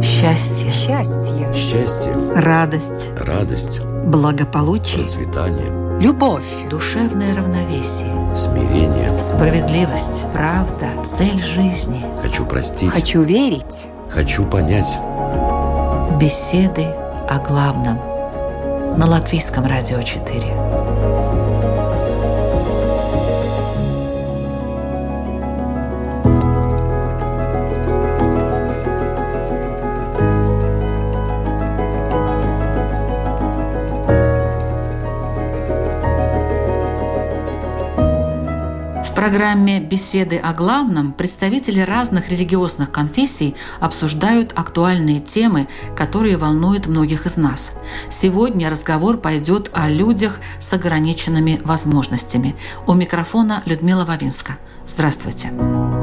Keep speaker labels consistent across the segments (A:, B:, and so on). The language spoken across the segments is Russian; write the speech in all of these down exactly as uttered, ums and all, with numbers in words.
A: Счастье.
B: Счастье.
C: Счастье.
A: Радость.
C: Радость.
A: Благополучие.
C: Процветание.
A: Любовь. Душевное равновесие.
C: Смирение.
A: Справедливость. Правда. Цель жизни.
C: Хочу простить.
B: Хочу верить.
C: Хочу понять.
A: Беседы о главном. На Латвийском радио четыре. В программе «Беседы о главном» представители разных религиозных конфессий обсуждают актуальные темы, которые волнуют многих из нас. Сегодня разговор пойдет о людях с ограниченными возможностями. У микрофона Людмила Вавинска. Здравствуйте.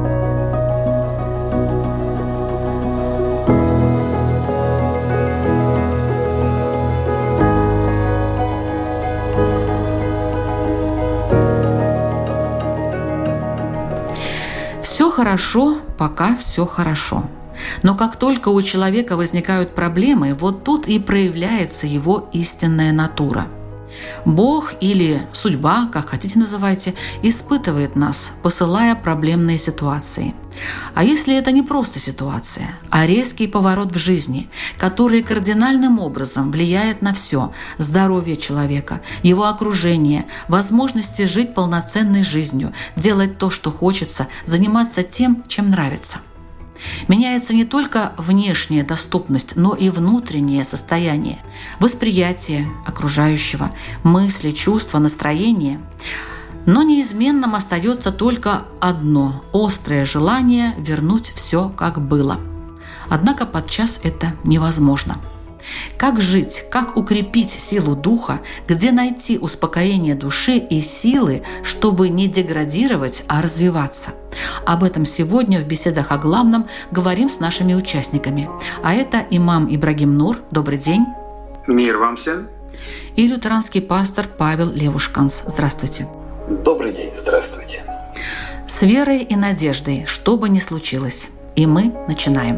A: Все хорошо, пока все хорошо. Но как только у человека возникают проблемы, вот тут и проявляется его истинная натура. Бог или судьба, как хотите называйте, испытывает нас, посылая проблемные ситуации. А если это не просто ситуация, а резкий поворот в жизни, который кардинальным образом влияет на все – здоровье человека, его окружение, возможности жить полноценной жизнью, делать то, что хочется, заниматься тем, чем нравится. Меняется не только внешняя доступность, но и внутреннее состояние, восприятие окружающего, мысли, чувства, настроение. Но неизменным остается только одно – острое желание вернуть все, как было. Однако подчас это невозможно. Как жить, как укрепить силу духа, где найти успокоение души и силы, чтобы не деградировать, а развиваться? Об этом сегодня в беседах о главном говорим с нашими участниками. А это имам Ибрагим Нур. Добрый день.
D: Мир вам всем.
A: И лютеранский пастор Павел Левушканс. Здравствуйте.
E: Добрый день. Здравствуйте.
A: С верой и надеждой, что бы ни случилось. И мы начинаем.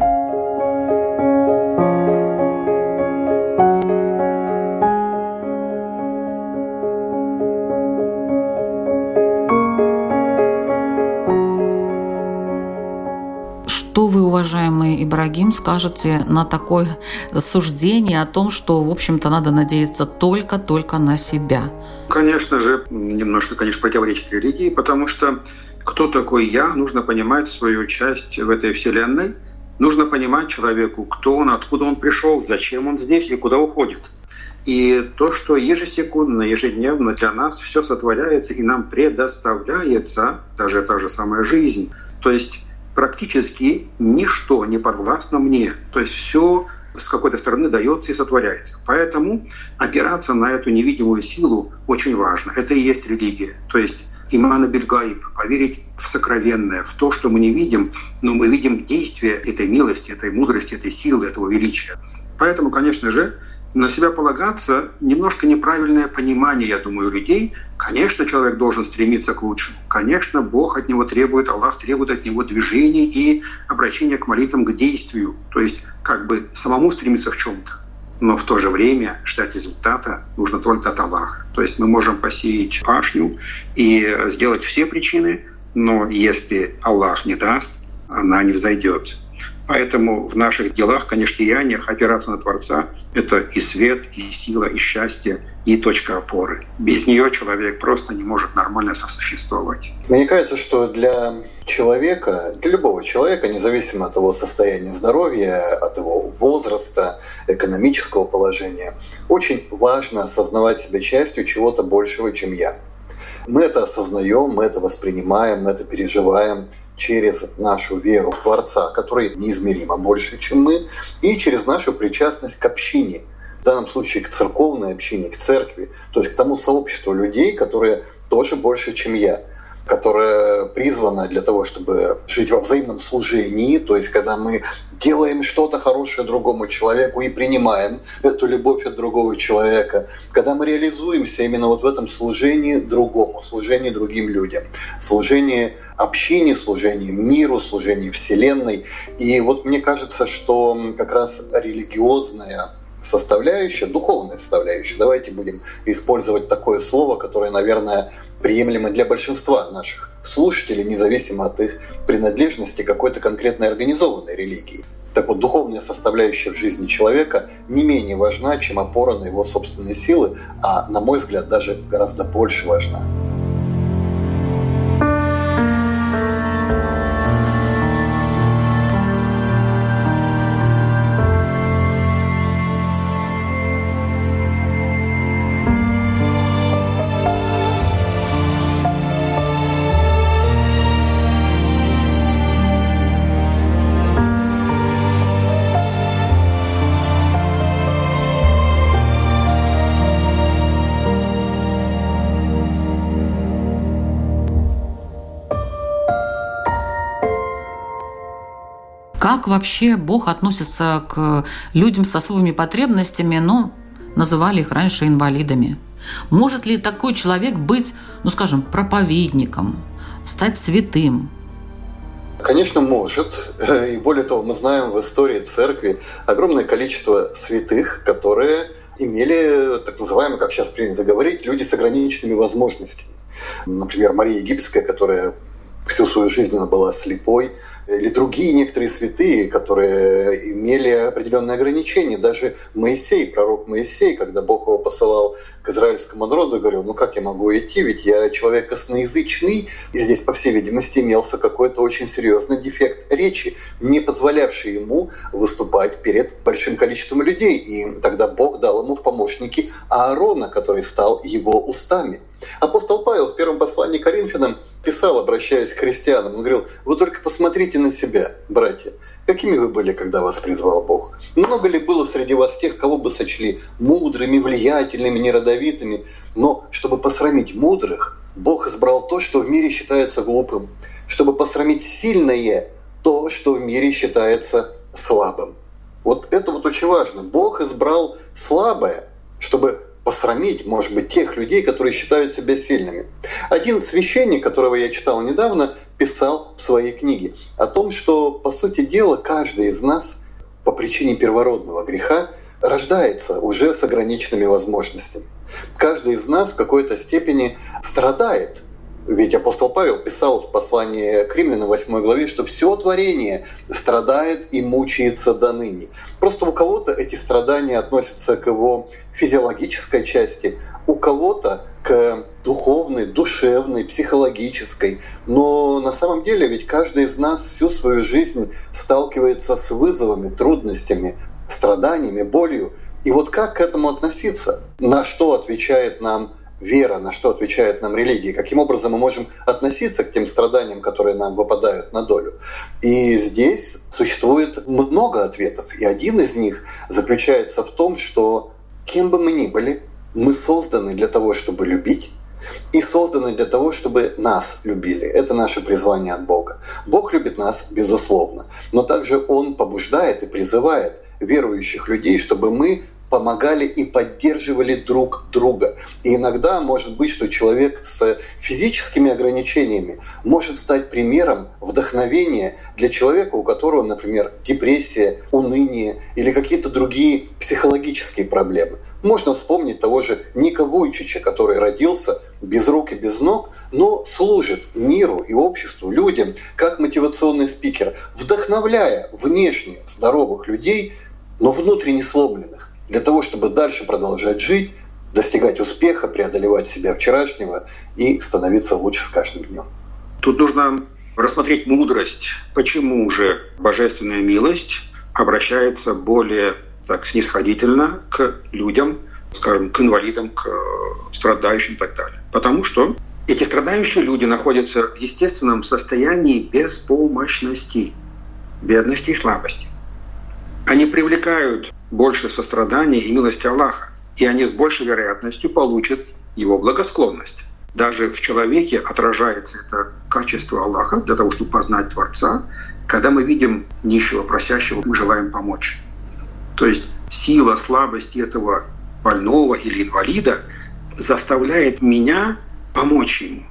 A: Что вы, уважаемый Ибрагим, скажете на такое суждение о том, что, в общем-то, надо надеяться только-только на себя?
D: Конечно же, немножко, конечно, противоречит религии, потому что кто такой я, нужно понимать свою часть в этой вселенной, нужно понимать человеку, кто он, откуда он пришел, зачем он здесь и куда уходит. И то, что ежесекундно, ежедневно для нас все сотворяется и нам предоставляется, даже та же самая жизнь, то есть практически ничто не подвластно мне. То есть все с какой-то стороны дается и сотворяется. Поэтому опираться на эту невидимую силу очень важно. Это и есть религия. То есть иман биль-гаиб, поверить в сокровенное, в то, что мы не видим, но мы видим действие этой милости, этой мудрости, этой силы, этого величия. Поэтому, конечно же, на себя полагаться немножко неправильное понимание, я думаю, людей. Конечно, человек должен стремиться к лучшему. Конечно, Бог от него требует, Аллах требует от него движений и обращения к молитвам, к действию. То есть как бы самому стремиться к чему-то. Но в то же время ждать результата нужно только от Аллаха. То есть мы можем посеять пашню и сделать все причины, но если Аллах не даст, она не взойдет. Поэтому в наших делах, конечно, деяниях опираться на Творца — это и свет, и сила, и счастье, и точка опоры. Без нее человек просто не может нормально сосуществовать.
E: Мне кажется, что для человека, для любого человека, независимо от его состояния здоровья, от его возраста, экономического положения, очень важно осознавать себя частью чего-то большего, чем я. Мы это осознаем, мы это воспринимаем, мы это переживаем через нашу веру в Творца, который неизмеримо больше, чем мы, и через нашу причастность к общине, в данном случае к церковной общине, к церкви, то есть к тому сообществу людей, которые тоже больше, чем я. которая призвана для того, чтобы жить во взаимном служении, то есть когда мы делаем что-то хорошее другому человеку и принимаем эту любовь от другого человека, когда мы реализуемся именно вот в этом служении другому, служении другим людям, служении общине, служении миру, служении Вселенной. И вот мне кажется, что как раз религиозная составляющая, духовная составляющая, давайте будем использовать такое слово, которое, наверное, приемлемо для большинства наших слушателей, независимо от их принадлежности к какой-то конкретной организованной религии. Так вот, духовная составляющая в жизни человека не менее важна, чем опора на его собственные силы, а, на мой взгляд, даже гораздо больше важна.
A: Как вообще Бог относится к людям с особыми потребностями, но называли их раньше инвалидами? Может ли такой человек быть, ну скажем, проповедником, стать святым?
E: Конечно, может. И более того, мы знаем в истории церкви огромное количество святых, которые имели так называемые, как сейчас принято говорить, люди с ограниченными возможностями. Например, Мария Египетская, которая всю свою жизнь она была слепой, или другие некоторые святые, которые имели определенные ограничения. Даже Моисей, пророк Моисей, когда Бог его посылал к израильскому народу, говорил: ну как я могу идти, ведь я человек косноязычный. И здесь, по всей видимости, имелся какой-то очень серьезный дефект речи, не позволявший ему выступать перед большим количеством людей. И тогда Бог дал ему в помощники Аарона, который стал его устами. Апостол Павел в первом послании к Коринфянам писал, обращаясь к христианам, он говорил: вы только посмотрите на себя, братья, какими вы были, когда вас призвал Бог. Много ли было среди вас тех, кого бы сочли мудрыми, влиятельными, неродовитыми, но чтобы посрамить мудрых, Бог избрал то, что в мире считается глупым, чтобы посрамить сильное, то, что в мире считается слабым. Вот это вот очень важно. Бог избрал слабое, чтобы посрамить, может быть, тех людей, которые считают себя сильными. Один священник, которого я читал недавно, писал в своей книге о том, что, по сути дела, каждый из нас по причине первородного греха рождается уже с ограниченными возможностями. Каждый из нас в какой-то степени страдает. Ведь апостол Павел писал в послании к Римлянам восьмой главе, что все творение страдает и мучается доныне. Просто у кого-то эти страдания относятся к его физиологической части, у кого-то к духовной, душевной, психологической. Но на самом деле ведь каждый из нас всю свою жизнь сталкивается с вызовами, трудностями, страданиями, болью. И вот как к этому относиться? На что отвечает нам вера, на что отвечает нам религия, каким образом мы можем относиться к тем страданиям, которые нам выпадают на долю. И здесь существует много ответов. И один из них заключается в том, что кем бы мы ни были, мы созданы для того, чтобы любить, и созданы для того, чтобы нас любили. Это наше призвание от Бога. Бог любит нас, безусловно, но также Он побуждает и призывает верующих людей, чтобы мы помогали и поддерживали друг друга. И иногда может быть, что человек с физическими ограничениями может стать примером вдохновения для человека, у которого, например, депрессия, уныние или какие-то другие психологические проблемы. Можно вспомнить того же Ника Вуйчича, который родился без рук и без ног, но служит миру и обществу, людям, как мотивационный спикер, вдохновляя внешне здоровых людей, но внутренне сломленных, для того, чтобы дальше продолжать жить, достигать успеха, преодолевать себя вчерашнего и становиться лучше с каждым днем.
D: Тут нужно рассмотреть мудрость, почему же божественная милость обращается более так снисходительно к людям, скажем, к инвалидам, к страдающим и так далее. Потому что эти страдающие люди находятся в естественном состоянии беспомощности, бедности и слабости. Они привлекают больше сострадания и милости Аллаха, и они с большей вероятностью получат Его благосклонность. даже в человеке отражается это качество Аллаха для того, чтобы познать Творца. Когда мы видим нищего, просящего, мы желаем помочь. То есть сила слабости этого больного или инвалида заставляет меня помочь ему.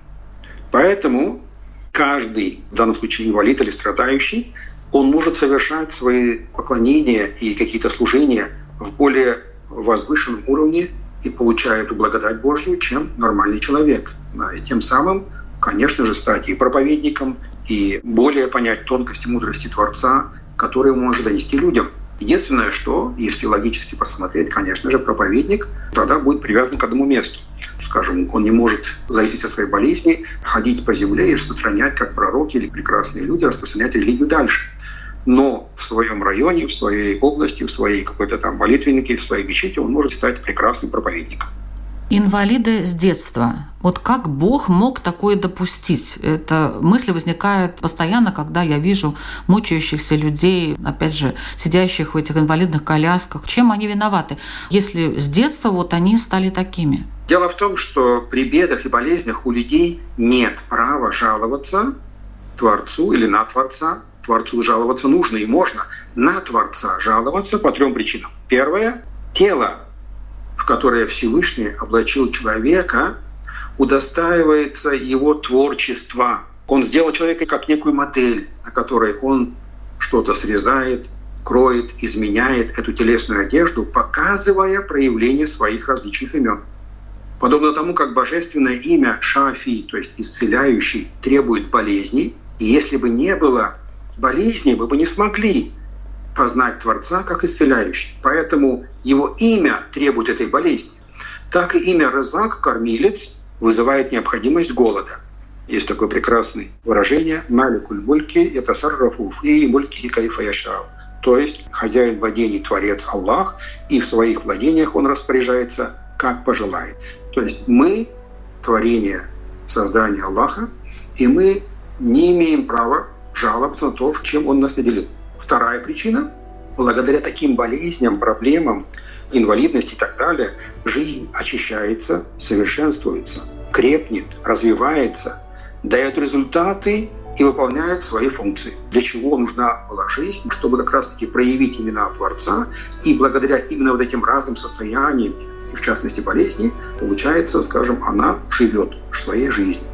D: Поэтому каждый, в данном случае инвалид или страдающий, он может совершать свои поклонения и какие-то служения в более возвышенном уровне и получая эту благодать Божью, чем нормальный человек. И тем самым, конечно же, стать и проповедником, и более понять тонкости мудрости Творца, которые он может донести людям. Единственное, что, если логически посмотреть, конечно же, проповедник тогда будет привязан к одному месту. Скажем, он не может, в зависимости от своей болезни, ходить по земле и распространять, как пророки или прекрасные люди, распространять религию дальше. Но в своем районе, в своей области, в своей какой-то там молитвеннике, в своей мечети он может стать прекрасным проповедником.
A: Инвалиды с детства. Вот как Бог мог такое допустить? Эта мысль возникает постоянно, когда я вижу мучающихся людей, опять же, сидящих в этих инвалидных колясках. Чем они виноваты, если с детства вот они стали такими?
D: Дело в том, что при бедах и болезнях у людей нет права жаловаться Творцу или на Творца. Творцу жаловаться нужно и можно. На Творца жаловаться по трем причинам. Первое — тело, в которое Всевышний облачил человека, удостаивается его творчества. Он сделал человека как некую модель, на которой он что-то срезает, кроет, изменяет эту телесную одежду, показывая проявление своих различных имен. Подобно тому, как божественное имя Шафи, то есть исцеляющий, требует болезней, и если бы не было болезни, вы бы не смогли познать Творца как исцеляющий. Поэтому его имя требует этой болезни. Так и имя Разак, кормилец, вызывает необходимость голода. Есть такое прекрасное выражение «Маликуль мульки ятасаррафу фи мульки кайфа яшау». То есть хозяин владений, Творец Аллах, и в своих владениях он распоряжается, как пожелает. То есть мы — творение, создание Аллаха, и мы не имеем права жаловаться на то, чем он нас наделил. Вторая причина — благодаря таким болезням, проблемам, инвалидности и так далее, жизнь очищается, совершенствуется, крепнет, развивается, дает результаты и выполняет свои функции. Для чего нужна была жизнь? Чтобы как раз-таки проявить имена Творца, и благодаря именно вот этим разным состояниям, и в частности болезни, получается, скажем, она живет своей жизнью.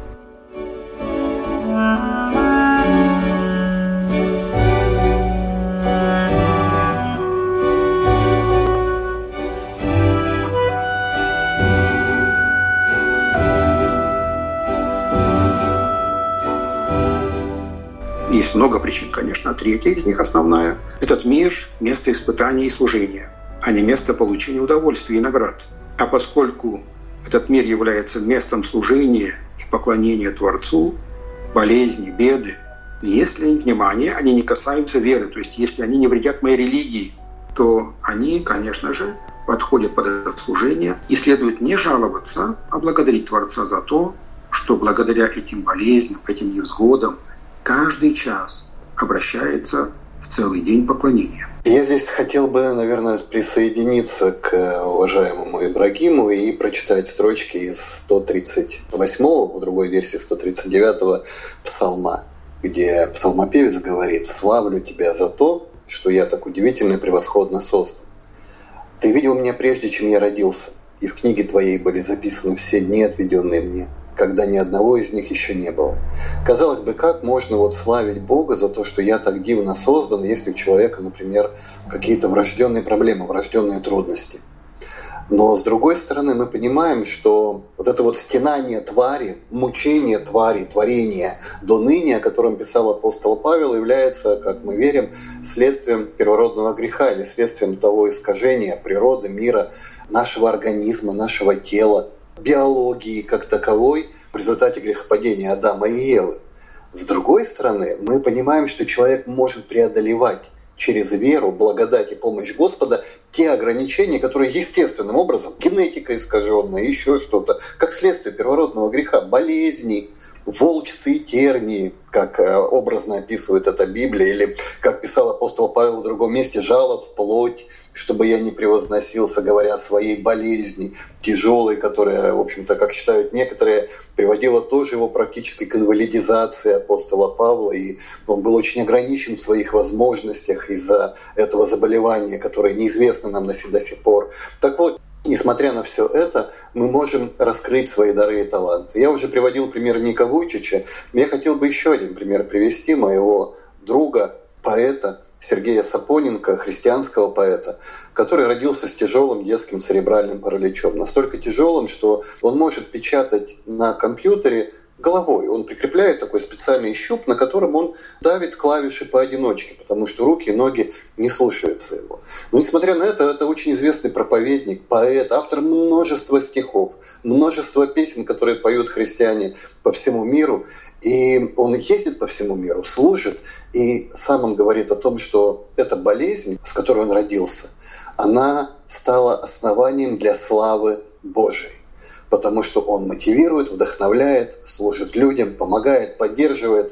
D: Есть много причин, конечно. Третья из них, основная — этот мир — место испытания и служения, а не место получения удовольствия и наград. А поскольку этот мир является местом служения и поклонения Творцу, болезни, беды, если, внимание, они не касаются веры, то есть если они не вредят моей религии, то они, конечно же, подходят под это служение, и следует не жаловаться, а благодарить Творца за то, что благодаря этим болезням, этим невзгодам каждый час обращается в целый день поклонения.
E: Я здесь хотел бы, наверное, присоединиться к уважаемому Ибрагиму и прочитать строчки из сто тридцать восьмого, в другой версии сто тридцать девятого псалма, где псалмопевец говорит: «Славлю Тебя за то, что я так удивительно и превосходно создан. Ты видел меня прежде, чем я родился, и в книге Твоей были записаны все дни, отведенные мне, когда ни одного из них еще не было». Казалось бы, как можно вот славить Бога за то, что я так дивно создан, если у человека, например, какие-то врожденные проблемы, врожденные трудности. Но с другой стороны, мы понимаем, что вот это вот стенание твари, мучение твари, творения до ныне, о котором писал апостол Павел, является, как мы верим, следствием первородного греха или следствием того искажения природы, мира, нашего организма, нашего тела, биологии как таковой в результате грехопадения Адама и Евы. С другой стороны, мы понимаем, что человек может преодолевать через веру, благодать и помощь Господа те ограничения, которые естественным образом, генетика искаженная, еще что-то, как следствие первородного греха, болезни, волчцы и тернии, как образно описывает это Библия, или, как писал апостол Павел в другом месте, жало в плоть, чтобы я не превозносился, говоря о своей болезни, тяжелой, которая, в общем-то, как считают некоторые, приводила тоже его практически к инвалидизации апостола Павла, и он был очень ограничен в своих возможностях из-за этого заболевания, которое неизвестно нам до сих пор. Так вот, несмотря на все это, мы можем раскрыть свои дары и таланты. Я уже приводил пример Ника Вуйчича, я хотел бы еще один пример привести моего друга, поэта Сергея Сапоненко, христианского поэта, который родился с тяжелым детским церебральным параличом. Настолько тяжелым, что он может печатать на компьютере головой. Он прикрепляет такой специальный щуп, на котором он давит клавиши поодиночке, потому что руки и ноги не слушаются его. Но несмотря на это, это очень известный проповедник, поэт, автор множества стихов, множества песен, которые поют христиане по всему миру. И он ездит по всему миру, служит, и сам он говорит о том, что эта болезнь, с которой он родился, она стала основанием для славы Божией. Потому что он мотивирует, вдохновляет, служит людям, помогает, поддерживает.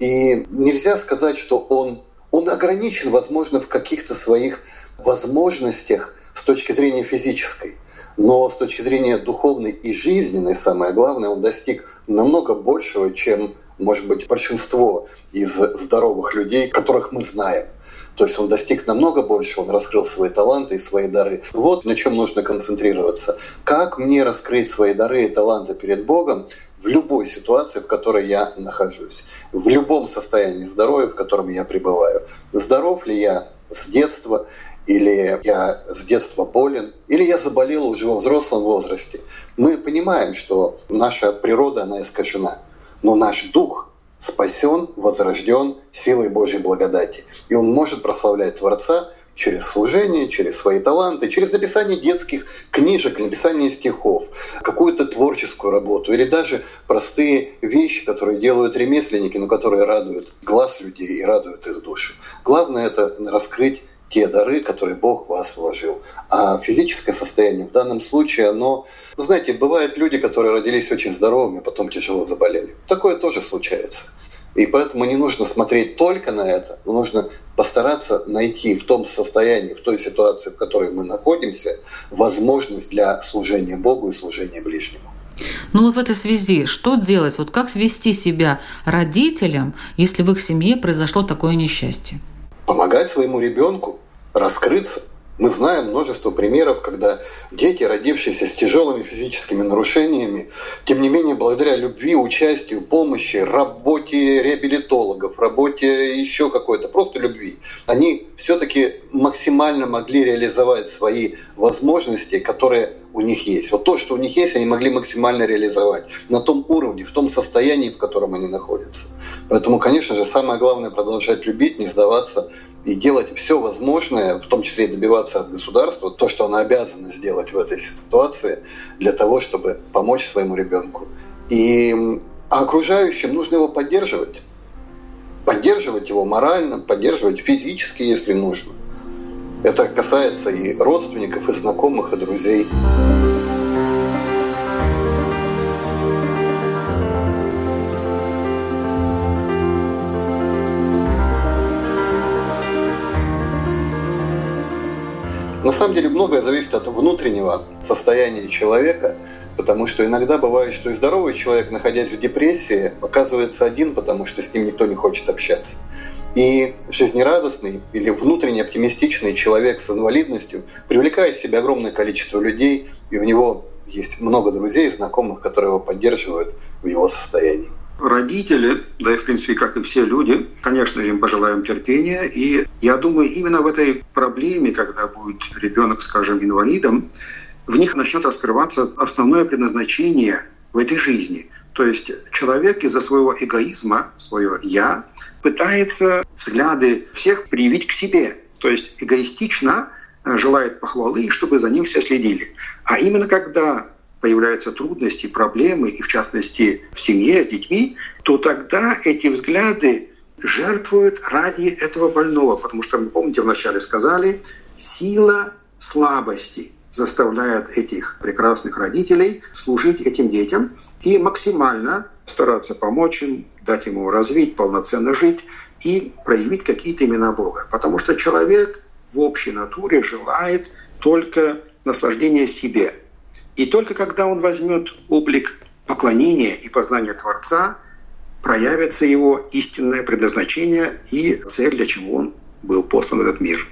E: И нельзя сказать, что он, он ограничен, возможно, в каких-то своих возможностях с точки зрения физической. Но с точки зрения духовной и жизненной, самое главное, он достиг намного большего, чем, может быть, большинство из здоровых людей, которых мы знаем. То есть он достиг намного больше, он раскрыл свои таланты и свои дары. Вот на чем нужно концентрироваться. Как мне раскрыть свои дары и таланты перед Богом в любой ситуации, в которой я нахожусь, в любом состоянии здоровья, в котором я пребываю. Здоров ли я с детства, или я с детства болен, или я заболел уже во взрослом возрасте. Мы понимаем, что наша природа, она искажена, но наш дух спасен, возрожден силой Божьей благодати. И он может прославлять Творца через служение, через свои таланты, через написание детских книжек, написание стихов, какую-то творческую работу или даже простые вещи, которые делают ремесленники, но которые радуют глаз людей и радуют их души. Главное — это раскрыть те дары, которые Бог в вас вложил. А физическое состояние в данном случае, оно... Вы знаете, бывают люди, которые родились очень здоровыми, а потом тяжело заболели. Такое тоже случается. И поэтому не нужно смотреть только на это, но нужно постараться найти в том состоянии, в той ситуации, в которой мы находимся, возможность для служения Богу и служения ближнему.
A: Ну вот в этой связи что делать? Вот как вести себя родителям, если в их семье произошло такое несчастье?
E: Помогать своему ребенку раскрыться. Мы знаем множество примеров, когда дети, родившиеся с тяжелыми физическими нарушениями, тем не менее, благодаря любви, участию, помощи, работе реабилитологов, работе еще какой-то, просто любви, они все-таки максимально могли реализовать свои возможности, которые у них есть. Вот то, что у них есть, они могли максимально реализовать на том уровне, в том состоянии, в котором они находятся. Поэтому, конечно же, самое главное — продолжать любить, не сдаваться и делать все возможное, в том числе и добиваться от государства то, что оно обязано сделать в этой ситуации, для того, чтобы помочь своему ребенку. И а окружающим нужно его поддерживать. Поддерживать его морально, поддерживать физически, если нужно. Это касается и родственников, и знакомых, и друзей. На самом деле многое зависит от внутреннего состояния человека, потому что иногда бывает, что и здоровый человек, находясь в депрессии, оказывается один, потому что с ним никто не хочет общаться. И жизнерадостный или внутренне оптимистичный человек с инвалидностью привлекает в себя огромное количество людей, и у него есть много друзей, знакомых, которые его поддерживают в его состоянии.
D: Родители, да и в принципе, как и все люди, конечно, им пожелаем терпения. И я думаю, именно в этой проблеме, когда будет ребенок, скажем, инвалидом, в них начнет раскрываться основное предназначение в этой жизни. То есть человек из-за своего эгоизма, свое «я», пытается взгляды всех привить к себе. То есть эгоистично желает похвалы, чтобы за ним все следили. А именно когда появляются трудности, проблемы, и в частности в семье с детьми, то тогда эти взгляды жертвуют ради этого больного. Потому что, вы помните, вначале сказали, сила слабости заставляет этих прекрасных родителей служить этим детям и максимально стараться помочь им, дать ему развить, полноценно жить и проявить какие-то имена Бога. Потому что человек в общей натуре желает только наслаждения себе. И только когда он возьмет облик поклонения и познания Творца, проявится его истинное предназначение и цель, для чего он был послан в этот мир.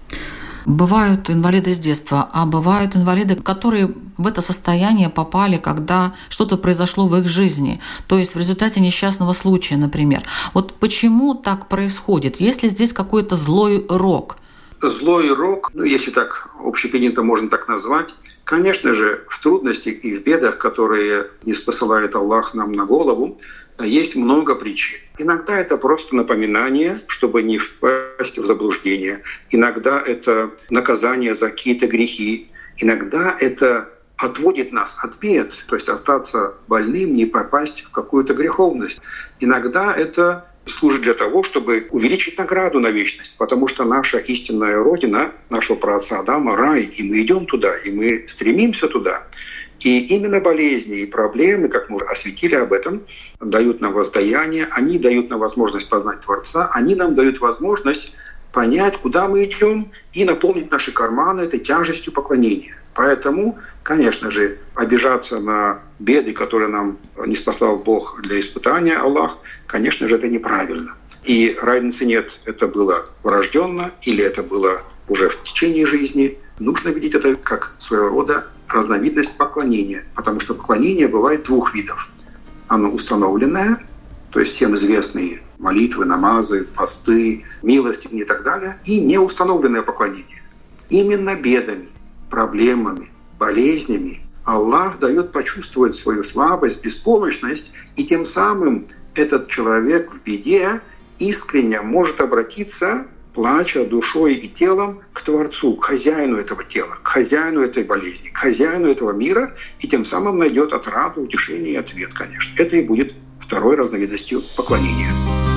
A: Бывают инвалиды с детства, а бывают инвалиды, которые в это состояние попали, когда что-то произошло в их жизни, то есть в результате несчастного случая, например. Вот почему так происходит? Есть ли здесь какой-то злой рок?
D: Злой рок, ну, если так общепринято можно так назвать, конечно же, в трудностях и в бедах, которые не спосылает Аллах нам на голову, есть много причин. Иногда это просто напоминание, чтобы не впасть в заблуждение. Иногда это наказание за какие-то грехи. Иногда это отводит нас от бед, то есть остаться больным, не попасть в какую-то греховность. Иногда это служит для того, чтобы увеличить награду на вечность, потому что наша истинная родина, нашего праотца Адама — рай, и мы идем туда, и мы стремимся туда. И именно болезни и проблемы, как мы осветили об этом, дают нам воздаяние, они дают нам возможность познать Творца, они нам дают возможность понять, куда мы идем, и наполнить наши карманы этой тяжестью поклонения. Поэтому, конечно же, обижаться на беды, которые нам не спасал Бог для испытания, Аллах, конечно же, это неправильно. И разницы нет, это было врожденно или это было уже в течение жизни. Нужно видеть это как своего рода разновидность поклонения, потому что поклонение бывает двух видов. Оно установленное, то есть всем известные молитвы, намазы, посты, милости и так далее, и неустановленное поклонение. Именно бедами, проблемами, болезнями Аллах дает почувствовать свою слабость, беспомощность, и тем самым этот человек в беде искренне может обратиться, плача душой и телом, к Творцу, к хозяину этого тела, к хозяину этой болезни, к хозяину этого мира, и тем самым найдет отраду, утешение и ответ, конечно. Это и будет второй разновидностью поклонения.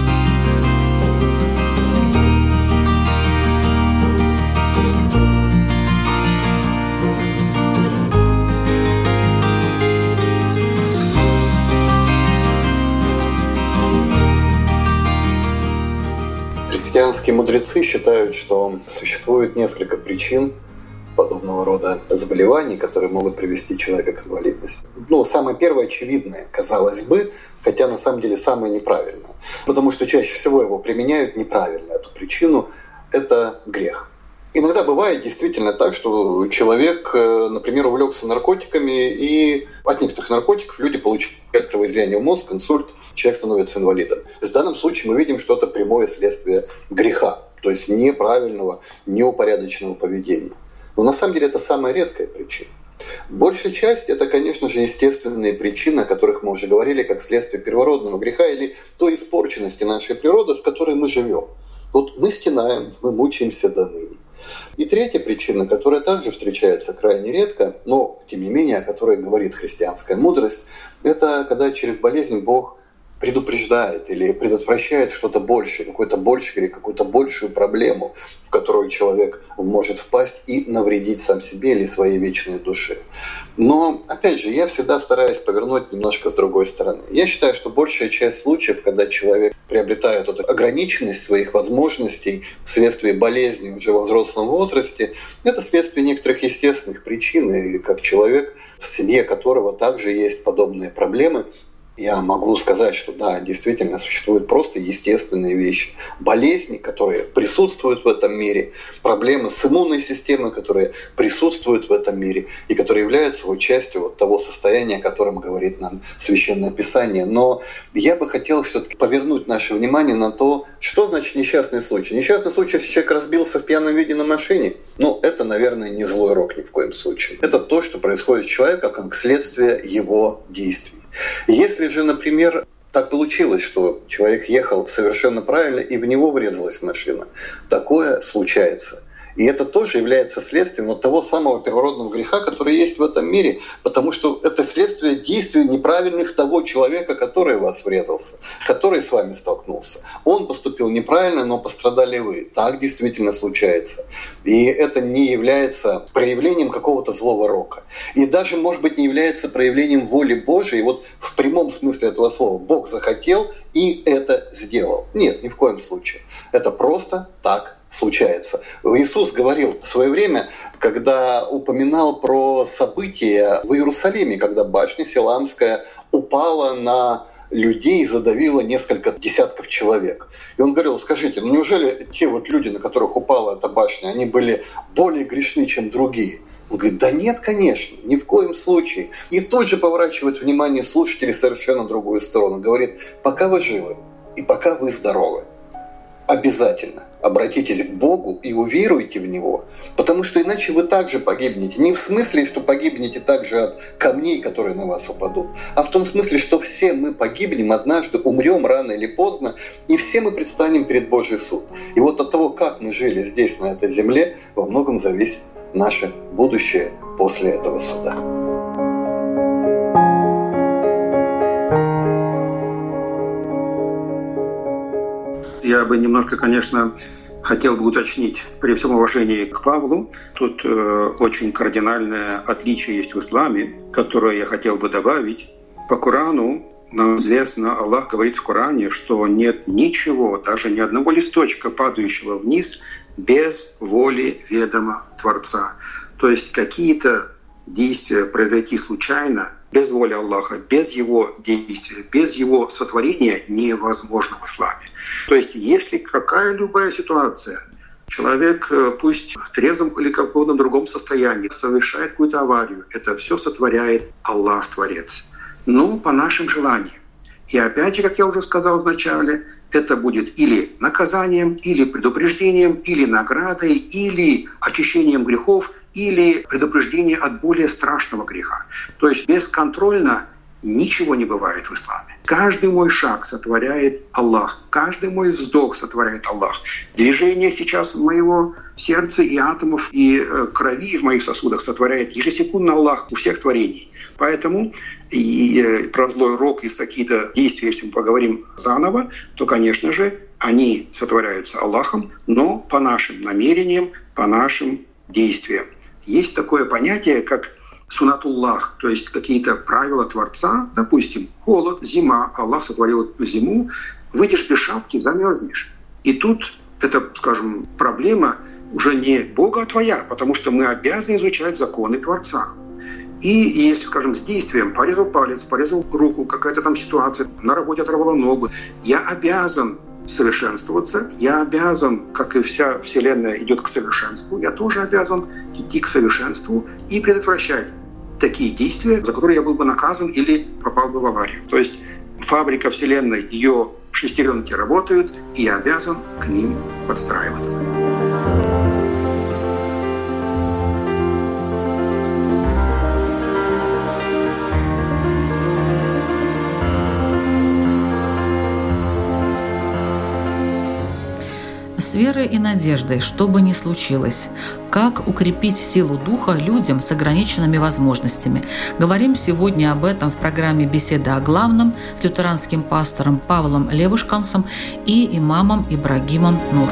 E: Христианские мудрецы считают, что существует несколько причин подобного рода заболеваний, которые могут привести человека к инвалидности. Ну, самое первое очевидное, казалось бы, хотя на самом деле самое неправильное. Потому что чаще всего его применяют неправильно, эту причину – это грех. Иногда бывает действительно так, что человек, например, увлекся наркотиками, и от некоторых наркотиков люди получают кровоизлияние в мозг, инсульт, человек становится инвалидом. В данном случае мы видим, что это прямое следствие греха, то есть неправильного, неупорядоченного поведения. Но на самом деле это самая редкая причина. Большая часть – это, конечно же, естественные причины, о которых мы уже говорили, как следствие первородного греха или той испорченности нашей природы, с которой мы живем. Вот мы стенаем, мы мучаемся до ныне. И третья причина, которая также встречается крайне редко, но тем не менее, о которой говорит христианская мудрость, это когда через болезнь Бог предупреждает или предотвращает что-то большее, какой-то больший грех, какую-то большую проблему, в которую человек может впасть и навредить сам себе или своей вечной душе. Но, опять же, я всегда стараюсь повернуть немножко с другой стороны. Я считаю, что большая часть случаев, когда человек приобретает эту ограниченность своих возможностей вследствие болезни уже во взрослом возрасте, это следствие некоторых естественных причин, и как человек, в семье которого также есть подобные проблемы, я могу сказать, что да, действительно существуют просто естественные вещи. Болезни, которые присутствуют в этом мире, проблемы с иммунной системой, которые присутствуют в этом мире и которые являются вот частью вот того состояния, о котором говорит нам Священное Писание. Но я бы хотел все-таки повернуть наше внимание на то, что значит несчастный случай. Несчастный случай, если человек разбился в пьяном виде на машине, ну, это, наверное, не злой рок ни в коем случае. Это то, что происходит с человеком как следствие его действий. Если же, например, так получилось, что человек ехал совершенно правильно и в него врезалась машина, такое случается. И это тоже является следствием вот того самого первородного греха, который есть в этом мире, потому что это следствие действий неправильных того человека, который в вас врезался, который с вами столкнулся. Он поступил неправильно, но пострадали вы. Так действительно случается. И это не является проявлением какого-то злого рока. И даже, может быть, не является проявлением воли Божией. Вот в прямом смысле этого слова Бог захотел и это сделал. Нет, ни в коем случае. Это просто так случается. Иисус говорил в свое время, когда упоминал про события в Иерусалиме, когда башня Силамская упала на людей и задавила несколько десятков человек. И он говорил: скажите, ну неужели те вот люди, на которых упала эта башня, они были более грешны, чем другие? Он говорит: да нет, конечно, ни в коем случае. И тут же поворачивает внимание слушателей совершенно другую сторону. Говорит: пока вы живы и пока вы здоровы, обязательно обратитесь к Богу и уверуйте в Него, потому что иначе вы также погибнете. Не в смысле, что погибнете также от камней, которые на вас упадут, а в том смысле, что все мы погибнем однажды, умрем рано или поздно, и все мы предстанем перед Божий суд. И вот от того, как мы жили здесь, на этой земле, во многом зависит наше будущее после этого суда.
D: Я бы немножко, конечно, хотел бы уточнить, при всем уважении к Павлу, тут э, очень кардинальное отличие есть в исламе, которое я хотел бы добавить. По Корану нам известно, Аллах говорит в Коране, что нет ничего, даже ни одного листочка, падающего вниз, без воли ведома Творца. То есть какие-то действия произойти случайно, без воли Аллаха, без Его действия, без Его сотворения невозможно в исламе. То есть если какая любая ситуация, человек, пусть в трезвом или каком-то другом состоянии, совершает какую-то аварию, это все сотворяет Аллах, Творец. Но по нашим желаниям. И опять же, как я уже сказал в начале, это будет или наказанием, или предупреждением, или наградой, или очищением грехов, или предупреждение от более страшного греха. То есть бесконтрольно ничего не бывает в исламе. Каждый мой шаг сотворяет Аллах. Каждый мой вздох сотворяет Аллах. Движение сейчас моего сердца и атомов, и крови в моих сосудах сотворяет ежесекундно Аллах у всех творений. Поэтому и про злой рок и какие-то действия, если мы поговорим заново, то, конечно же, они сотворяются Аллахом, но по нашим намерениям, по нашим действиям. Есть такое понятие, как сунатуллах, то есть какие-то правила Творца, допустим, холод, зима, Аллах сотворил эту зиму, выйдешь без шапки, замерзнешь. И тут это, скажем, проблема уже не Бога, а твоя, потому что мы обязаны изучать законы Творца. И если, скажем, с действием порезал палец, порезал руку, какая-то там ситуация, на работе оторвала ногу, я обязан совершенствоваться, я обязан, как и вся Вселенная идет к совершенству, я тоже обязан идти к совершенству и предотвращать такие действия, за которые я был бы наказан или попал бы в аварию. То есть фабрика Вселенной, ее шестеренки работают, и я обязан к ним подстраиваться.
A: С верой и надеждой, что бы ни случилось, как укрепить силу духа людям с ограниченными возможностями. Говорим сегодня об этом в программе «Беседа о главном» с лютеранским пастором Павлом Левушкансом и имамом Ибрагимом Нур.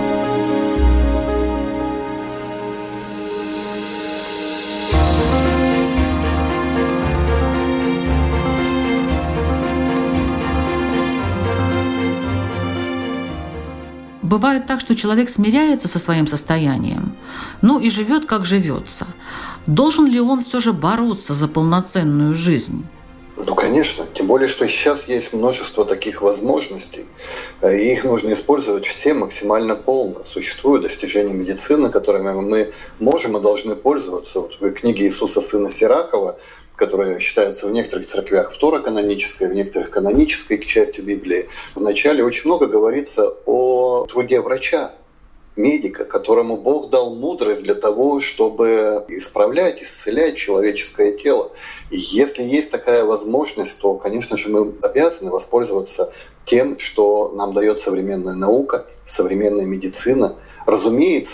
A: Бывает так, что человек смиряется со своим состоянием, ну и живет, как живется. Должен ли он все же бороться за полноценную жизнь?
E: Ну, конечно. Тем более, что сейчас есть множество таких возможностей, и их нужно использовать все максимально полно. Существуют достижения медицины, которыми мы можем и должны пользоваться. Вот в книге Иисуса сына Сирахова, которая считается в некоторых церквях второканонической, в некоторых канонической к части Библии, вначале очень много говорится о труде врача, медика, которому Бог дал мудрость для того, чтобы исправлять, исцелять человеческое тело. И если есть такая возможность, то, конечно же, мы обязаны воспользоваться тем, что нам дает современная наука, современная медицина. Разумеется,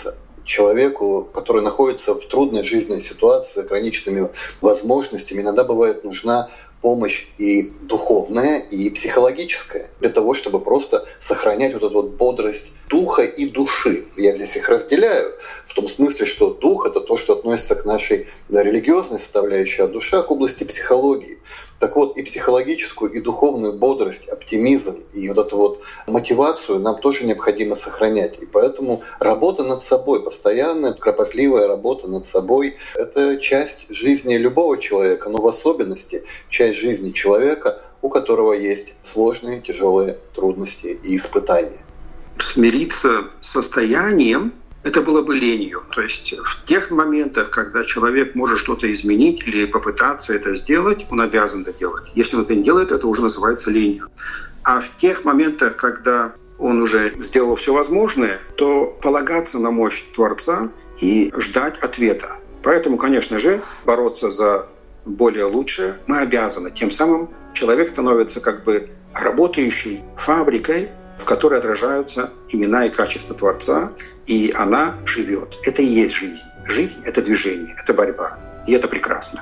E: человеку, который находится в трудной жизненной ситуации с ограниченными возможностями, иногда бывает нужна помощь и духовная, и психологическая, для того, чтобы просто сохранять вот эту вот бодрость духа и души. Я здесь их разделяю в том смысле, что дух — это то, что относится к нашей религиозной составляющей, а душа — к области психологии. Так вот, и психологическую, и духовную бодрость, оптимизм, и вот эту вот мотивацию нам тоже необходимо сохранять. И поэтому работа над собой, постоянная, кропотливая работа над собой — это часть жизни любого человека, но в особенности часть жизни человека, у которого есть сложные, тяжелые трудности и испытания.
D: Смириться с состоянием — это было бы ленью. То есть в тех моментах, когда человек может что-то изменить или попытаться это сделать, он обязан это делать. Если он это не делает, это уже называется ленью. А в тех моментах, когда он уже сделал все возможное, то полагаться на мощь Творца и ждать ответа. Поэтому, конечно же, бороться за более лучшее мы обязаны. Тем самым человек становится как бы работающей фабрикой, в которой отражаются имена и качества Творца, и она живет. Это и есть жизнь. Жизнь — это движение, это борьба. И это прекрасно.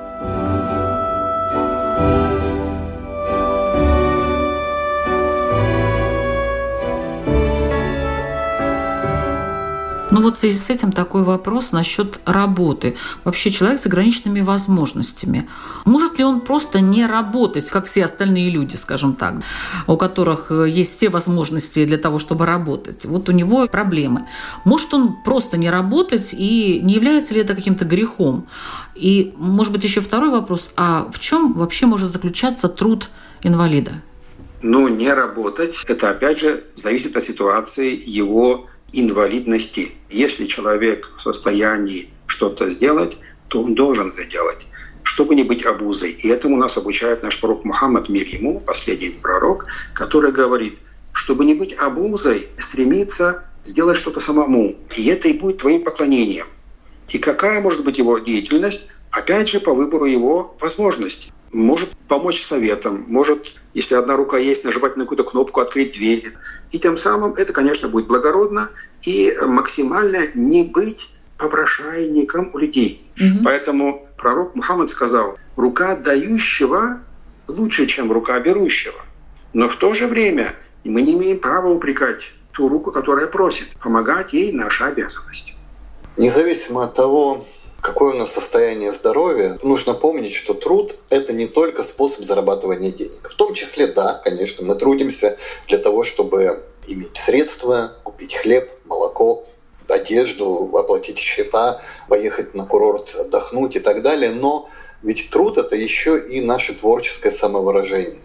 A: Ну вот в связи с этим такой вопрос насчет работы. Вообще человек с ограниченными возможностями. Может ли он просто не работать, как все остальные люди, скажем так, у которых есть все возможности для того, чтобы работать? Вот у него проблемы. Может он просто не работать, и не является ли это каким-то грехом? И, может быть, еще второй вопрос. А в чем вообще может заключаться труд инвалида?
D: Ну, не работать — это, опять же, зависит от ситуации его инвалидности. Если человек в состоянии что-то сделать, то он должен это делать, чтобы не быть обузой. И этому нас обучает наш пророк Мухаммад, мир ему, последний пророк, который говорит, чтобы не быть обузой, стремиться сделать что-то самому. И это и будет твоим поклонением. И какая может быть его деятельность? Опять же, по выбору его возможностей. Может помочь советом, может, если одна рука есть, нажимать на какую-то кнопку, открыть дверь. И тем самым это, конечно, будет благородно и максимально не быть попрошайником у людей. Mm-hmm. Поэтому пророк Мухаммад сказал, рука дающего лучше, чем рука берущего. Но в то же время мы не имеем права упрекать ту руку, которая просит. Помогать ей — наша обязанность.
E: Независимо от того, какое у нас состояние здоровья, нужно помнить, что труд — это не только способ зарабатывания денег. В том числе, да, конечно, мы трудимся для того, чтобы иметь средства, купить хлеб, молоко, одежду, оплатить счета, поехать на курорт, отдохнуть и так далее. Но ведь труд — это еще и наше творческое самовыражение.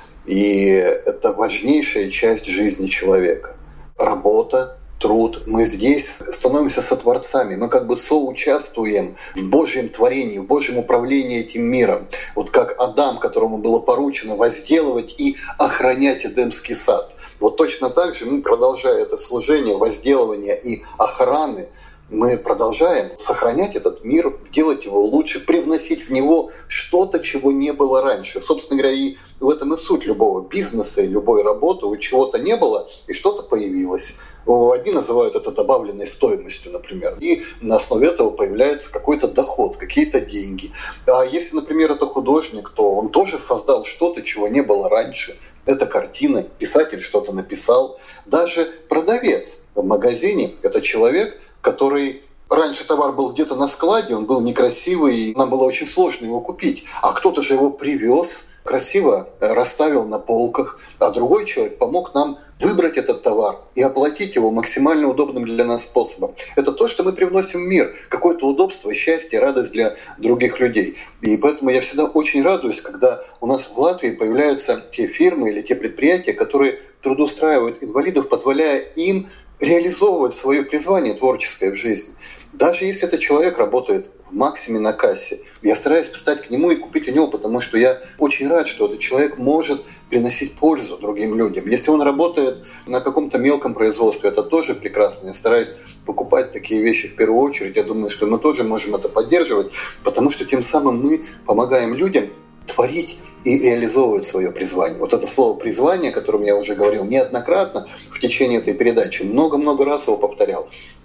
E: И это важнейшая часть жизни человека. Работа, труд. Мы здесь становимся сотворцами. Мы как бы соучаствуем в Божьем творении, в Божьем управлении этим миром. Вот как Адам, которому было поручено возделывать и охранять Эдемский сад. Вот точно так же мы, продолжая это служение, возделывания и охраны, мы продолжаем сохранять этот мир, делать его лучше, привносить в него что-то, чего не было раньше. Собственно говоря, и в этом и суть любого бизнеса и любой работы. У чего-то не было, и что-то появилось. Одни называют это добавленной стоимостью, например, и на основе этого появляется какой-то доход, какие-то деньги. А если, например, это художник, то он тоже создал что-то, чего не было раньше. Это картина, писатель что-то написал. Даже продавец в магазине – это человек, который… Раньше товар был где-то на складе, он был некрасивый, нам было очень сложно его купить. А кто-то же его привез, красиво расставил на полках, а другой человек помог нам выбрать этот товар и оплатить его максимально удобным для нас способом. Это то, что мы привносим в мир. Какое-то удобство, счастье, радость для других людей. И поэтому я всегда очень радуюсь, когда у нас в Латвии появляются те фирмы или те предприятия, которые трудоустраивают инвалидов, позволяя им реализовывать свое призвание творческое в жизни. Даже если этот человек работает в Максиме на кассе, я стараюсь встать к нему и купить у него, потому что я очень рад, что этот человек может приносить пользу другим людям. Если он работает на каком-то мелком производстве, это тоже прекрасно. Я стараюсь покупать такие вещи в первую очередь. Я думаю, что мы тоже можем это поддерживать, потому что тем самым мы помогаем людям творить и реализовывать свое призвание. Вот это слово «призвание», о котором я уже говорил неоднократно в течение этой передачи, много-много раз его повторял.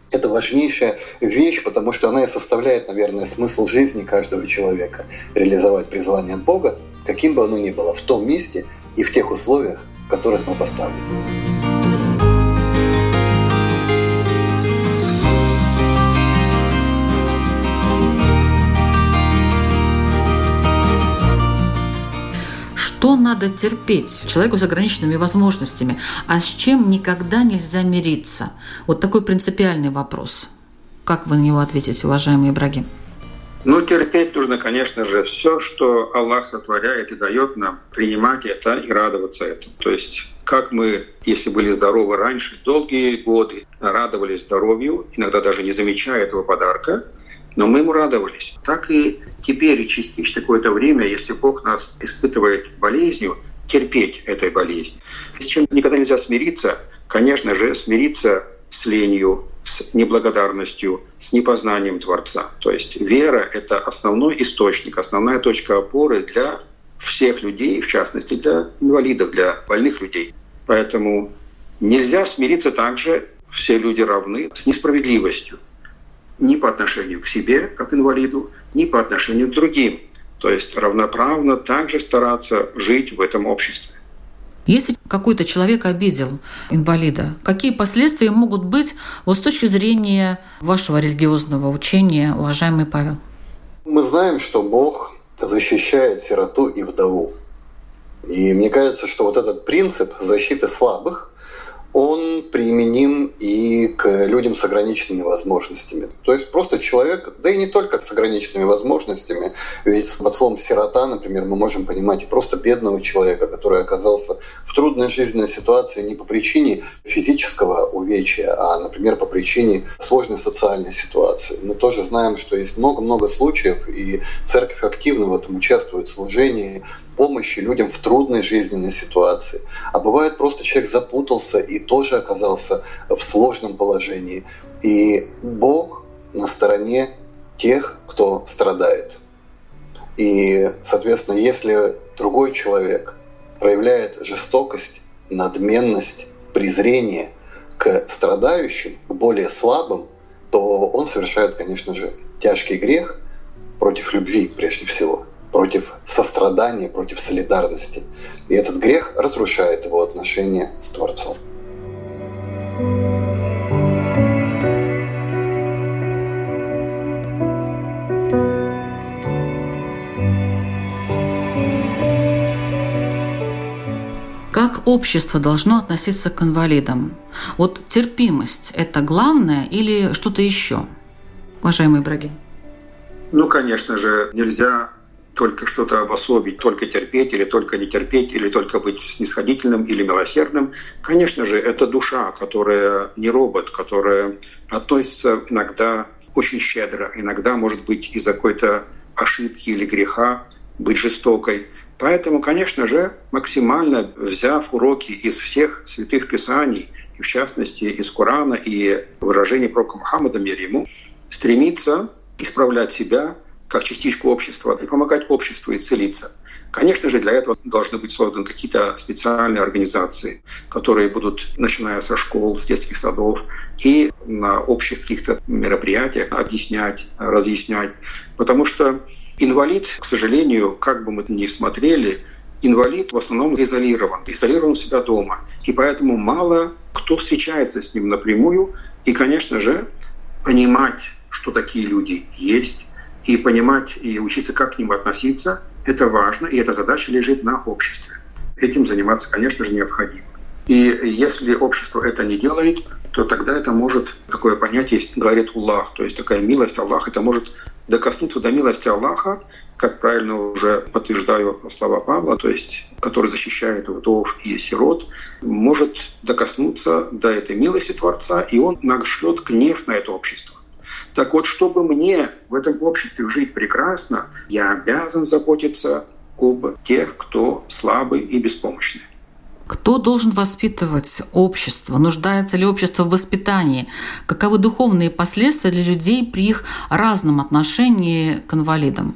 E: Это важнейшая вещь, потому что она и составляет, наверное, смысл жизни каждого человека. Реализовать призвание от Бога, каким бы оно ни было, в том месте и в тех условиях, в которых мы поставлены.
A: Что надо терпеть человеку с ограниченными возможностями, а с чем никогда нельзя мириться? Вот такой принципиальный вопрос. Как вы на него ответите, уважаемый Ибрагим?
D: Ну, терпеть нужно, конечно же, все, что Аллах сотворяет и дает нам, принимать это и радоваться этому. То есть, как мы, если были здоровы раньше, долгие годы радовались здоровью, иногда даже не замечая этого подарка, но мы ему радовались. Так и теперь частично какое-то время, если Бог нас испытывает болезнью, терпеть этой болезнь. С чем никогда нельзя смириться, конечно же, смириться с ленью, с неблагодарностью, с непознанием Творца. То есть вера — это основной источник, основная точка опоры для всех людей, в частности для инвалидов, для больных людей. Поэтому нельзя смириться также, все люди равны, с несправедливостью. Ни по отношению к себе, как инвалиду, ни по отношению к другим. То есть равноправно также стараться жить в этом обществе.
A: Если какой-то человек обидел инвалида, какие последствия могут быть вот с точки зрения вашего религиозного учения, уважаемый Павел?
E: Мы знаем, что Бог защищает сироту и вдову. И мне кажется, что вот этот принцип защиты слабых, он применим и к людям с ограниченными возможностями. То есть просто человек, да и не только с ограниченными возможностями, ведь под словом «сирота», например, мы можем понимать и просто бедного человека, который оказался в трудной жизненной ситуации не по причине физического увечья, а, например, по причине сложной социальной ситуации. Мы тоже знаем, что есть много-много случаев, и церковь активно в этом участвует в служении, помощи людям в трудной жизненной ситуации. А бывает, просто человек запутался и тоже оказался в сложном положении. И Бог на стороне тех, кто страдает. И, соответственно, если другой человек проявляет жестокость, надменность, презрение к страдающим, к более слабым, то он совершает, конечно же, тяжкий грех против любви прежде всего, против сострадания, против солидарности. И этот грех разрушает его отношения с Творцом.
A: Как общество должно относиться к инвалидам? Вот терпимость – это главное или что-то еще? Уважаемый Ибрагим.
D: Ну, конечно же, нельзя только что-то обособить, только терпеть или только не терпеть, или только быть снисходительным или милосердным. Конечно же, это душа, которая не робот, которая относится иногда очень щедро, иногда, может быть, из-за какой-то ошибки или греха быть жестокой. Поэтому, конечно же, максимально взяв уроки из всех святых писаний, и в частности из Корана и выражений пророка Мухаммада, мир ему, стремиться исправлять себя как частичку общества и помогать обществу исцелиться. Конечно же, для этого должны быть созданы какие-то специальные организации, которые будут, начиная со школ, с детских садов, и на общих каких-то мероприятиях объяснять, разъяснять. Потому что инвалид, к сожалению, как бы мы ни смотрели, инвалид в основном изолирован, изолирован у себя дома. И поэтому мало кто встречается с ним напрямую. И, конечно же, понимать, что такие люди есть, и понимать и учиться, как к ним относиться, это важно, и эта задача лежит на обществе. Этим заниматься, конечно же, необходимо. И если общество это не делает, то тогда это может, такое понятие есть, говорит Аллах, то есть такая милость Аллаха, это может докоснуться до милости Аллаха, как правильно уже подтверждаю слова Павла, то есть который защищает вдов и сирот, может докоснуться до этой милости Творца, и он нашлет гнев на это общество. Так вот, чтобы мне в этом обществе жить прекрасно, я обязан заботиться об тех, кто слабый и беспомощный.
A: Кто должен воспитывать общество? Нуждается ли общество в воспитании? Каковы духовные последствия для людей при их разном отношении к инвалидам?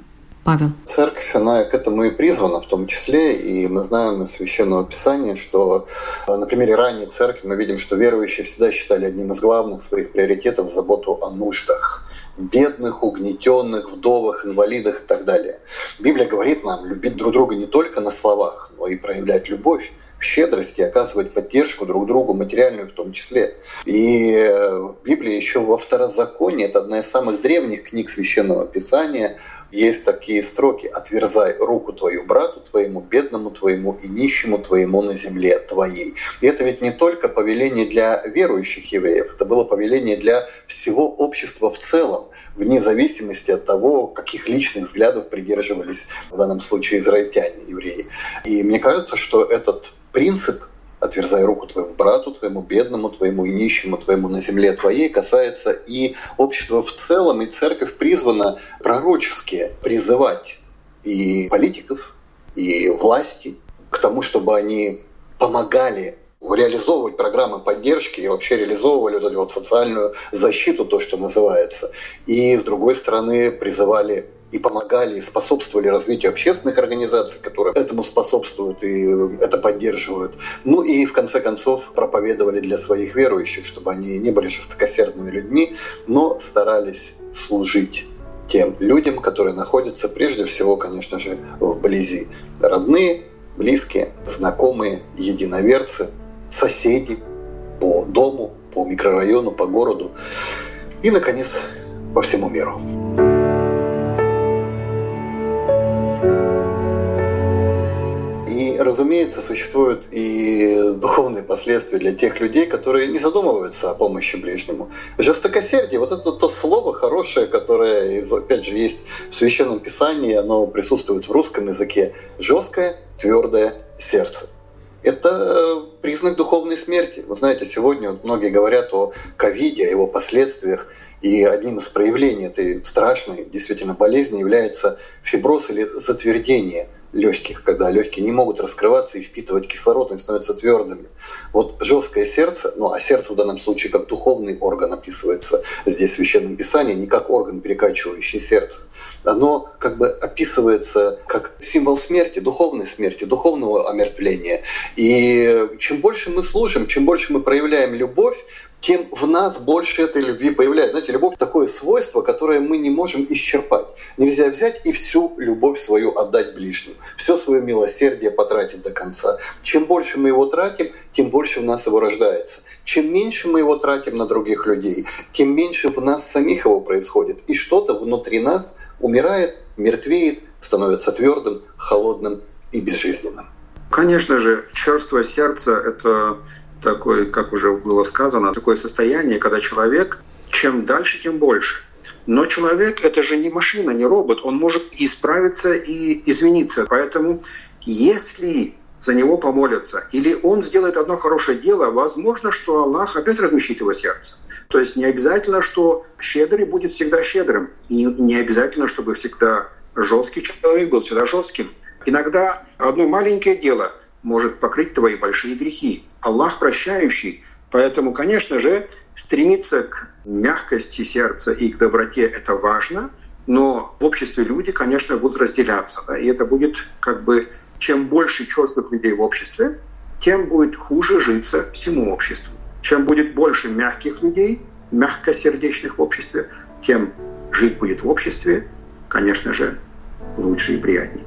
A: Павел.
E: Церковь, она к этому и призвана в том числе, и мы знаем из Священного Писания, что на примере ранней церкви мы видим, что верующие всегда считали одним из главных своих приоритетов заботу о нуждах бедных, угнетенных, вдовах, инвалидах и так далее. Библия говорит нам любить друг друга не только на словах, но и проявлять любовь, щедрости, оказывать поддержку друг другу, материальную в том числе. И в Библии еще во Второзаконии, это одна из самых древних книг Священного Писания, есть такие строки: «Отверзай руку твою брату твоему, бедному твоему и нищему твоему на земле твоей». И это ведь не только повеление для верующих евреев, это было повеление для всего общества в целом, вне зависимости от того, каких личных взглядов придерживались в данном случае израильтяне, евреи. И мне кажется, что этот принцип «отверзай руку твоему брату, твоему бедному, твоему и нищему, твоему на земле твоей» касается и общества в целом, и церковь призвана пророчески призывать и политиков, и власти к тому, чтобы они помогали реализовывать программы поддержки и вообще реализовывали вот эту вот социальную защиту, то, что называется. И, с другой стороны, призывали и помогали, и способствовали развитию общественных организаций, которые этому способствуют и это поддерживают. Ну и, в конце концов, проповедовали для своих верующих, чтобы они не были жестокосердными людьми, но старались служить тем людям, которые находятся прежде всего, конечно же, вблизи. Родные, близкие, знакомые, единоверцы, соседи по дому, по микрорайону, по городу и, наконец, по всему миру. И, разумеется, существуют и духовные последствия для тех людей, которые не задумываются о помощи ближнему. Жестокосердие, вот это то слово хорошее, которое, опять же, есть в Священном Писании, оно присутствует в русском языке. Жесткое, твердое сердце. Это признак духовной смерти. Вы знаете, сегодня вот многие говорят о ковиде, о его последствиях. И одним из проявлений этой страшной, действительно, болезни является фиброз или затвердение легких, когда легкие не могут раскрываться и впитывать кислород, они становятся твердыми. Вот жесткое сердце, ну а сердце в данном случае как духовный орган описывается здесь в Священном Писании, не как орган, перекачивающий сердце. Оно как бы описывается как символ смерти, духовной смерти, духовного омертвления. И чем больше мы служим, чем больше мы проявляем любовь, тем в нас больше этой любви появляется. Знаете, любовь — такое свойство, которое мы не можем исчерпать. Нельзя взять и всю любовь свою отдать ближнему, все свое милосердие потратить до конца. Чем больше мы его тратим, тем больше в нас его рождается. Чем меньше мы его тратим на других людей, тем меньше в нас самих его происходит. И что-то внутри нас умирает, мертвеет, становится твердым, холодным и безжизненным.
D: Конечно же, черствое сердце — это такое, как уже было сказано, такое состояние, когда человек чем дальше, тем больше. Но человек — это же не машина, не робот, он может исправиться и извиниться. Поэтому если за него помолятся, или он сделает одно хорошее дело, возможно, что Аллах опять размещит его сердце. То есть не обязательно, что щедрый будет всегда щедрым, и не обязательно, чтобы всегда жесткий человек был всегда жестким. Иногда одно маленькое дело может покрыть твои большие грехи. Аллах прощающий, поэтому, конечно же, стремиться к мягкости сердца и к доброте — это важно, но в обществе люди, конечно, будут разделяться. Да? И это будет как бы, чем больше черствых людей в обществе, тем будет хуже житься всему обществу. Чем будет больше мягких людей, мягкосердечных в обществе, тем жить будет в обществе, конечно же, лучше и приятнее.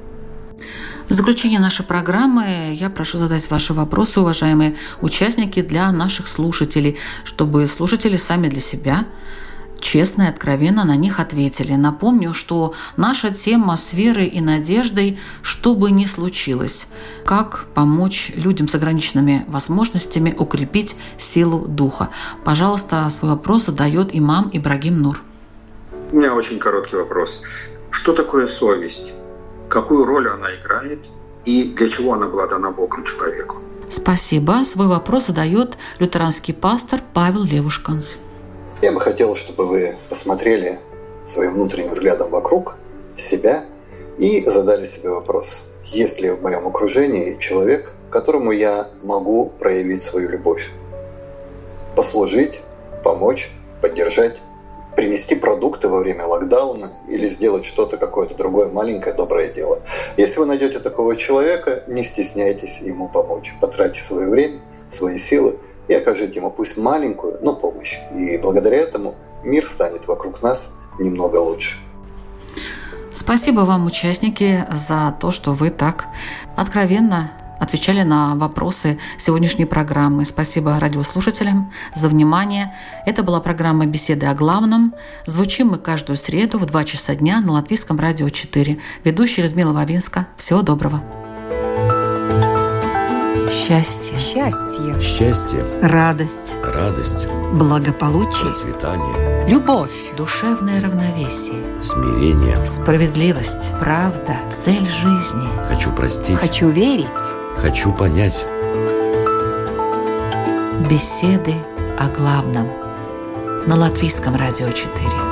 A: В заключение нашей программы я прошу задать ваши вопросы, уважаемые участники, для наших слушателей, чтобы слушатели сами для себя честно и откровенно на них ответили. Напомню, что наша тема с верой и надеждой, что бы ни случилось, как помочь людям с ограниченными возможностями укрепить силу духа. Пожалуйста, свой вопрос задает имам Ибрагим Нур.
D: У меня очень короткий вопрос. Что такое совесть? Какую роль она играет и для чего она была дана Богом человеку?
A: Спасибо. Свой вопрос задает лютеранский пастор Павел Левушканс.
E: Я бы хотел, чтобы вы посмотрели своим внутренним взглядом вокруг себя и задали себе вопрос: есть ли в моем окружении человек, которому я могу проявить свою любовь? Послужить, помочь, поддержать, принести продукты во время локдауна или сделать что-то, какое-то другое маленькое доброе дело. Если вы найдете такого человека, не стесняйтесь ему помочь. Потратьте свое время, свои силы и окажите ему пусть маленькую, но помощь. И благодаря этому мир станет вокруг нас немного лучше.
A: Спасибо вам, участники, за то, что вы так откровенно отвечали на вопросы сегодняшней программы. Спасибо радиослушателям за внимание. Это была программа «Беседы о главном». Звучим мы каждую среду в два часа дня на Латвийском радио четыре. Ведущая Людмила Вавинска. Всего доброго. Счастье.
B: Счастье.
C: Счастье.
B: Радость.
C: Радость.
B: Благополучие.
C: Процветание.
B: Любовь.
A: Душевное равновесие.
C: Смирение.
A: Справедливость. Правда. Цель жизни.
C: Хочу простить.
B: Хочу верить.
C: Хочу понять.
A: Беседы о главном на Латвийском радио четыре.